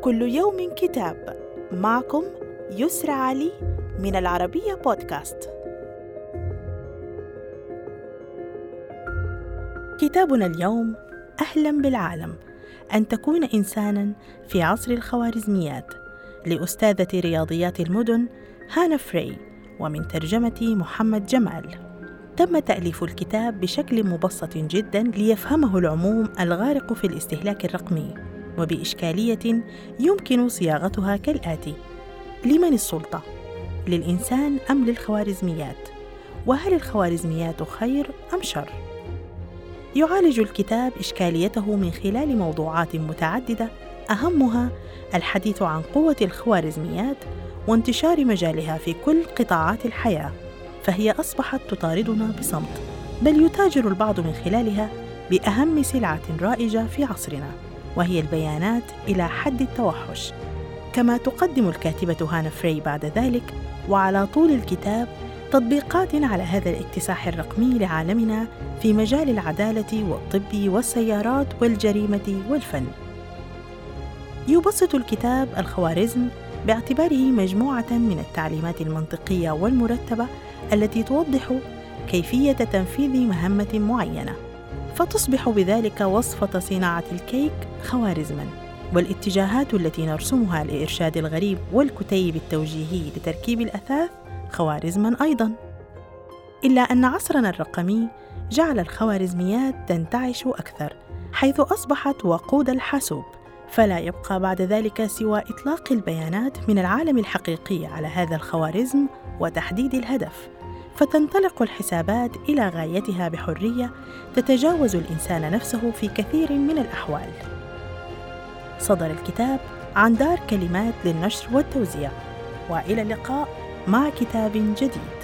كل يوم كتاب. معكم يسرى علي من العربية بودكاست. كتابنا اليوم: أهلاً بالعالم، أن تكون إنساناً في عصر الخوارزميات، لأستاذة رياضيات المدن هانا فري، ومن ترجمة محمد جمال. تم تأليف الكتاب بشكل مبسط جداً ليفهمه العموم الغارق في الاستهلاك الرقمي، وبإشكالية يمكن صياغتها كالآتي: لمن السلطة؟ للإنسان أم للخوارزميات؟ وهل الخوارزميات خير أم شر؟ يعالج الكتاب إشكاليته من خلال موضوعات متعددة، أهمها الحديث عن قوة الخوارزميات وانتشار مجالها في كل قطاعات الحياة، فهي أصبحت تطاردنا بصمت، بل يتاجر البعض من خلالها بأهم سلعة رائجة في عصرنا، وهي البيانات إلى حد التوحش. كما تقدم الكاتبة هانا فري بعد ذلك وعلى طول الكتاب تطبيقات على هذا الاكتساح الرقمي لعالمنا في مجال العدالة والطب والسيارات والجريمة والفن. يبسط الكتاب الخوارزم باعتباره مجموعة من التعليمات المنطقية والمرتبة التي توضح كيفية تنفيذ مهمة معينة، فتصبح بذلك وصفة صناعة الكيك خوارزماً، والاتجاهات التي نرسمها لإرشاد الغريب والكتيب التوجيهي لتركيب الأثاث خوارزماً أيضاً. إلا أن عصرنا الرقمي جعل الخوارزميات تنتعش أكثر، حيث أصبحت وقود الحاسوب، فلا يبقى بعد ذلك سوى إطلاق البيانات من العالم الحقيقي على هذا الخوارزم وتحديد الهدف، فتنطلق الحسابات إلى غايتها بحرية تتجاوز الإنسان نفسه في كثير من الأحوال. صدر الكتاب عن دار كلمات للنشر والتوزيع، وإلى اللقاء مع كتاب جديد.